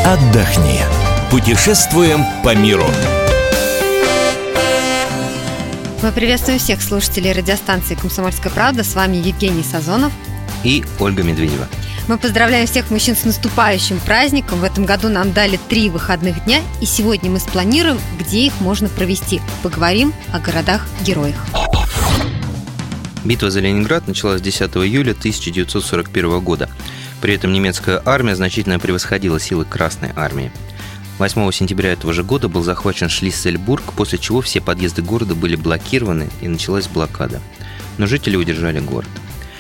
отдохни. Путешествуем по миру. Мы приветствуем всех слушателей радиостанции «Комсомольская правда». С вами Евгений Сазонов и Ольга Медведева. Мы поздравляем всех мужчин с наступающим праздником. В этом году нам дали 3 выходных дня, и сегодня мы спланируем, где их можно провести. Поговорим о городах-героях. Битва за Ленинград началась 10 июля 1941 года. При этом немецкая армия значительно превосходила силы Красной армии. 8 сентября этого же года был захвачен Шлиссельбург, после чего все подъезды города были блокированы и началась блокада. Но жители удержали город.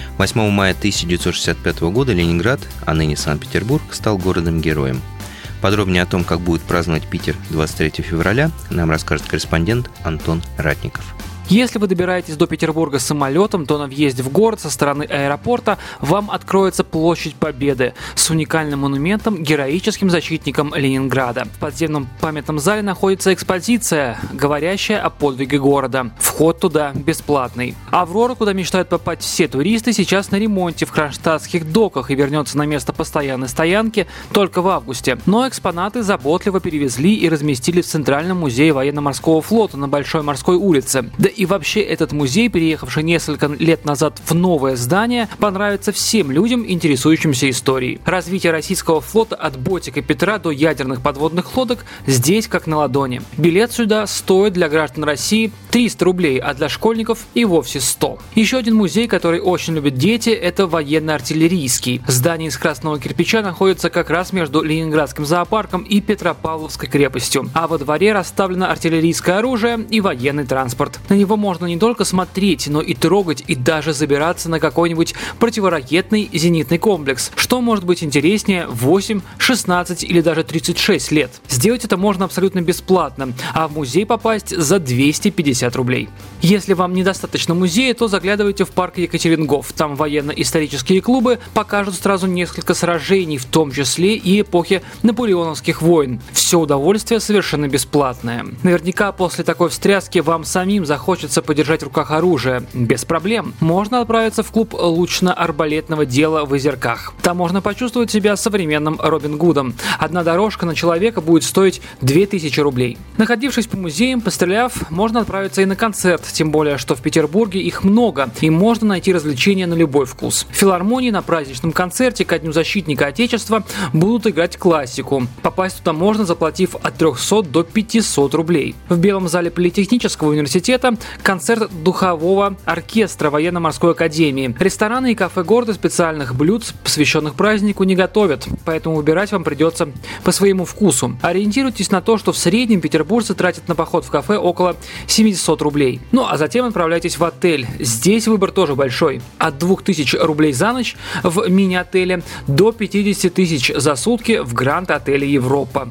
8 мая 1965 года Ленинград, а ныне Санкт-Петербург, стал городом-героем. Подробнее о том, как будет праздновать Питер 23 февраля, нам расскажет корреспондент Антон Ратников. Если вы добираетесь до Петербурга самолетом, то на въезде в город со стороны аэропорта вам откроется площадь Победы с уникальным монументом героическим защитникам Ленинграда. В подземном памятном зале находится экспозиция, говорящая о подвиге города. Вход туда бесплатный. «Аврора», куда мечтают попасть все туристы, сейчас на ремонте в кронштадтских доках и вернется на место постоянной стоянки только в августе. Но экспонаты заботливо перевезли и разместили в Центральном музее военно-морского флота на Большой морской улице. Да и вообще этот музей, переехавший несколько лет назад в новое здание, понравится всем людям, интересующимся историей. Развитие российского флота от Ботика Петра до ядерных подводных лодок здесь как на ладони. Билет сюда стоит для граждан России 300 рублей, а для школьников и вовсе 100. Еще один музей, который очень любят дети, это военно-артиллерийский. Здание из красного кирпича находится как раз между Ленинградским зоопарком и Петропавловской крепостью. А во дворе расставлено артиллерийское оружие и военный транспорт. На него можно не только смотреть, но и трогать, и даже забираться на какой-нибудь противоракетный зенитный комплекс. Что может быть интереснее 8, 16 или даже 36 лет? Сделать это можно абсолютно бесплатно, а в музей попасть за 250 рублей. Если вам недостаточно музея, то заглядывайте в парк Екатерингов. Там военно-исторические клубы покажут сразу несколько сражений, в том числе и эпохи наполеоновских войн. Все удовольствие совершенно бесплатное. Наверняка после такой встряски вам самим захочется подержать в руках оружие. Без проблем. Можно отправиться в клуб лучно-арбалетного дела в Озерках. Там можно почувствовать себя современным Робин Гудом. Одна дорожка на человека будет стоить 2000 рублей. Находившись по музеям, постреляв, можно отправиться и на концерт, тем более, что в Петербурге их много, и можно найти развлечения на любой вкус. В филармонии на праздничном концерте ко Дню защитника Отечества будут играть классику. Попасть туда можно, заплатив от 300 до 500 рублей. В Белом зале Политехнического университета концерт духового оркестра военно-морской академии. Рестораны и кафе города специальных блюд, посвященных празднику, не готовят, поэтому выбирать вам придется по своему вкусу. Ориентируйтесь на то, что в среднем петербуржцы тратят на поход в кафе около 700 рублей. Ну а затем отправляйтесь в отель. Здесь выбор тоже большой. От 2000 рублей за ночь в мини-отеле до 50 тысяч за сутки в Гранд-отеле Европа.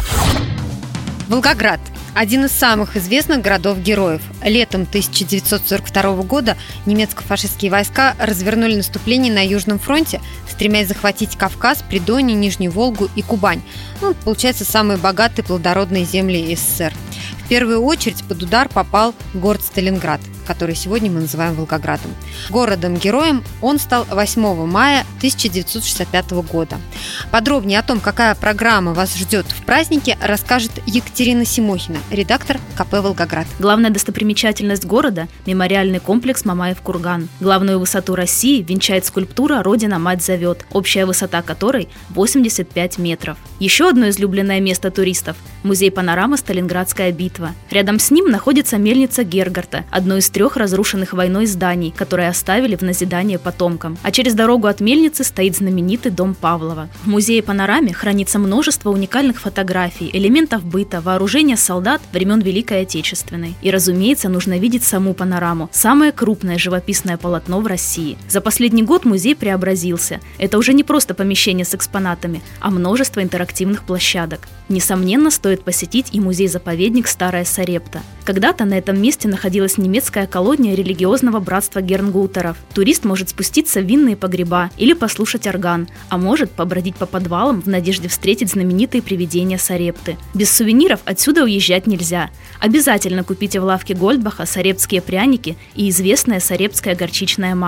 Волгоград – один из самых известных городов-героев. Летом 1942 года немецко-фашистские войска развернули наступление на Южном фронте, стремясь захватить Кавказ, Придонье, Нижнюю Волгу и Кубань. Получается, самые богатые плодородные земли СССР. В первую очередь под удар попал город Сталинград, который сегодня мы называем Волгоградом. Городом-героем он стал 8 мая 1965 года. Подробнее о том, какая программа вас ждет в празднике, расскажет Екатерина Симохина, редактор КП «Волгоград». Главная достопримечательность города – мемориальный комплекс Мамаев-Курган. Главную высоту России венчает скульптура «Родина-мать зовет», общая высота которой 85 метров. Еще одно излюбленное место туристов – музей панорамы «Сталинградская битва». Рядом с ним находится мельница Гергарта, одно из 3 разрушенных войной зданий, которые оставили в назидание потомкам. А через дорогу от мельницы стоит знаменитый дом Павлова. В музее-панораме хранится множество уникальных фотографий, элементов быта, вооружения солдат времен Великой Отечественной. И, разумеется, нужно видеть саму панораму – самое крупное живописное полотно в России. За последний год музей преобразился. Это уже не просто помещение с экспонатами, а множество интерактивных площадок. Несомненно, стоит посетить и музей-заповедник Старая Сарепта. Когда-то на этом месте находилась немецкая колония религиозного братства Гернгаутеров. Турист может спуститься в винные погреба или послушать орган, а может побродить по подвалам в надежде встретить знаменитые привидения Сарепты. Без сувениров отсюда уезжать нельзя. Обязательно купите в лавке Гольдбаха сарептские пряники и известное сарептское горчичное масло.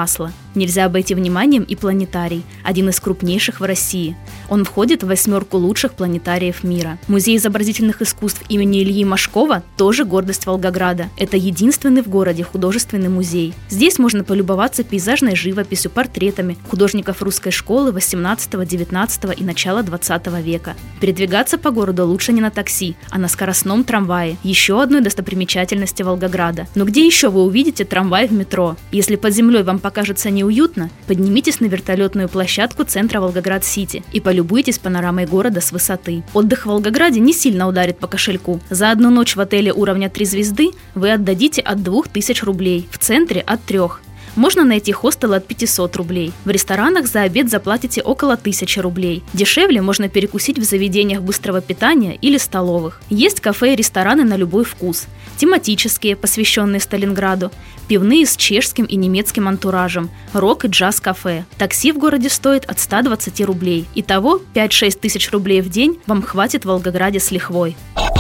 Нельзя обойти вниманием и планетарий, один из крупнейших в России. Он входит в 8 лучших планетариев мира. Музей изобразительных искусств имени Ильи Машкова тоже гордость Волгограда. Это единственный в городе художественный музей. Здесь можно полюбоваться пейзажной живописью, портретами художников русской школы 18, 19 и начала 20 века. Передвигаться по городу лучше не на такси, а на скоростном трамвае. Еще одной достопримечательности Волгограда. Но где еще вы увидите трамвай в метро? Если под землей вам покажется неуютно, поднимитесь на вертолетную площадку центра Волгоград-Сити и полюбуйтесь панорамой города с высоты. Отдых в Волгограде не сильно ударит по кошельку. За одну ночь в отеле уровня 3 звезды вы отдадите от 2000 рублей, в центре от 3. Можно найти хостелы от 500 рублей. В ресторанах за обед заплатите около 1000 рублей. Дешевле можно перекусить в заведениях быстрого питания или столовых. Есть кафе и рестораны на любой вкус. Тематические, посвященные Сталинграду, пивные с чешским и немецким антуражем, рок- и джаз-кафе. Такси в городе стоит от 120 рублей. Итого 5-6 тысяч рублей в день вам хватит в Волгограде с лихвой.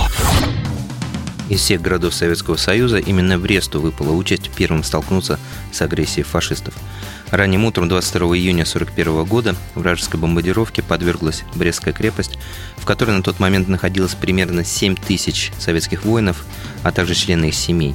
Из всех городов Советского Союза именно Бресту выпала участь первым столкнуться с агрессией фашистов. Ранним утром 22 июня 1941 года вражеской бомбардировке подверглась Брестская крепость, в которой на тот момент находилось примерно 7 тысяч советских воинов, а также члены их семей.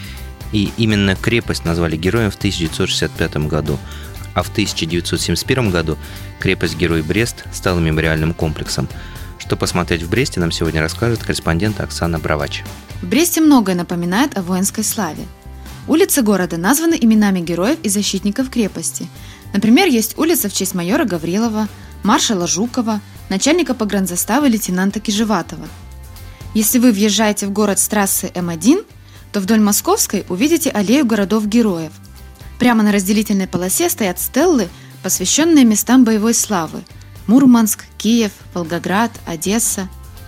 И именно крепость назвали героем в 1965 году, а в 1971 году крепость-герой Брест стала мемориальным комплексом. Что посмотреть в Бресте, нам сегодня расскажет корреспондент Оксана Бравач. В Бресте многое напоминает о воинской славе. Улицы города названы именами героев и защитников крепости. Например, есть улица в честь майора Гаврилова, маршала Жукова, начальника погранзаставы лейтенанта Кижеватова. Если вы въезжаете в город с трассы М1, то вдоль Московской увидите аллею городов-героев. Прямо на разделительной полосе стоят стеллы, посвященные местам боевой славы – Мурманск, Киев, Волгоград, Одесса.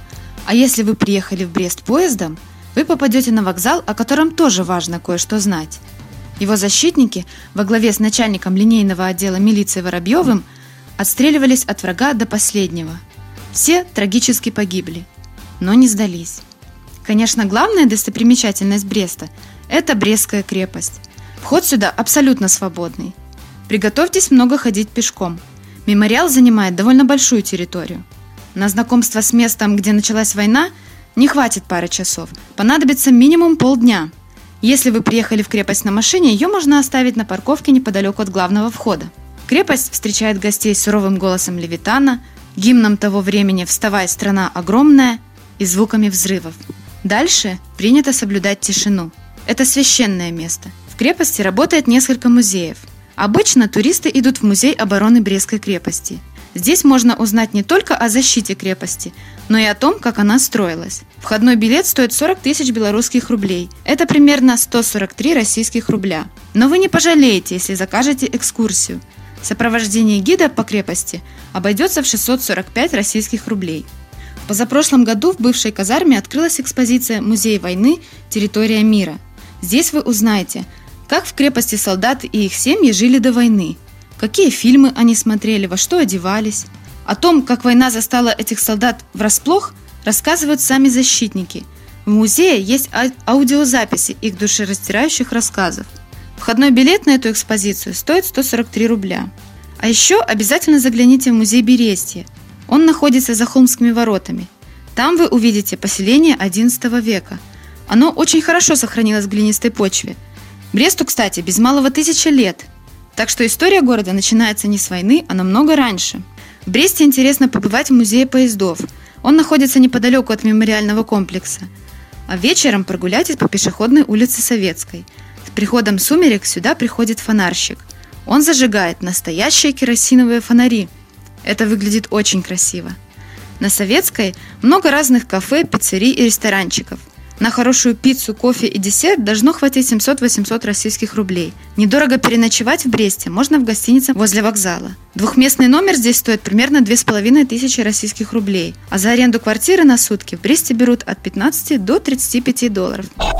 А если вы приехали в Брест поездом, вы попадете на вокзал, о котором тоже важно кое-что знать. Его защитники во главе с начальником линейного отдела милиции Воробьевым отстреливались от врага до последнего. Все трагически погибли, но не сдались. Конечно, главная достопримечательность Бреста – это Брестская крепость. Вход сюда абсолютно свободный. Приготовьтесь много ходить пешком. Мемориал занимает довольно большую территорию. На знакомство с местом, где началась война, не хватит пары часов. Понадобится минимум полдня. Если вы приехали в крепость на машине, ее можно оставить на парковке неподалеку от главного входа. Крепость встречает гостей суровым голосом Левитана, гимном того времени «Вставай, страна огромная» и звуками взрывов. Дальше принято соблюдать тишину. Это священное место. В крепости работает несколько музеев. Обычно туристы идут в музей обороны Брестской крепости. Здесь можно узнать не только о защите крепости, но и о том, как она строилась. Входной билет стоит 40 тысяч белорусских рублей. Это примерно 143 российских рубля. Но вы не пожалеете, если закажете экскурсию. Сопровождение гида по крепости обойдется в 645 российских рублей. В позапрошлом году в бывшей казарме открылась экспозиция «Музей войны. Территория мира». Здесь вы узнаете, как в крепости солдаты и их семьи жили до войны, какие фильмы они смотрели, во что одевались. О том, как война застала этих солдат врасплох, рассказывают сами защитники. В музее есть аудиозаписи их душераздирающих рассказов. Входной билет на эту экспозицию стоит 143 рубля. А еще обязательно загляните в музей Берестье. Он находится за Холмскими воротами. Там вы увидите поселение XI века. Оно очень хорошо сохранилось в глинистой почве. Бресту, кстати, без малого 1000 лет. Так что история города начинается не с войны, а намного раньше. В Бресте интересно побывать в музее поездов. Он находится неподалеку от мемориального комплекса. А вечером прогуляйтесь по пешеходной улице Советской. С приходом сумерек сюда приходит фонарщик. Он зажигает настоящие керосиновые фонари. Это выглядит очень красиво. На Советской много разных кафе, пиццерий и ресторанчиков. На хорошую пиццу, кофе и десерт должно хватить 700-800 российских рублей. Недорого переночевать в Бресте можно в гостинице возле вокзала. Двухместный номер здесь стоит примерно 2500 российских рублей, а за аренду квартиры на сутки в Бресте берут от 15 до 35 долларов.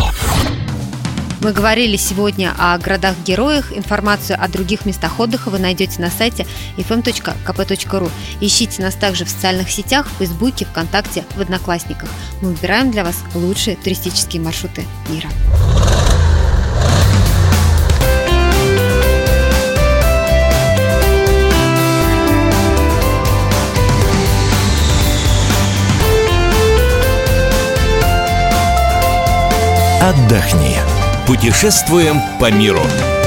Мы говорили сегодня о городах-героях. Информацию о других местах отдыха вы найдете на сайте fm.kp.ru. Ищите нас также в социальных сетях, в Фейсбуке, ВКонтакте, в Одноклассниках. Мы выбираем для вас лучшие туристические маршруты мира. отдохни. Путешествуем по миру.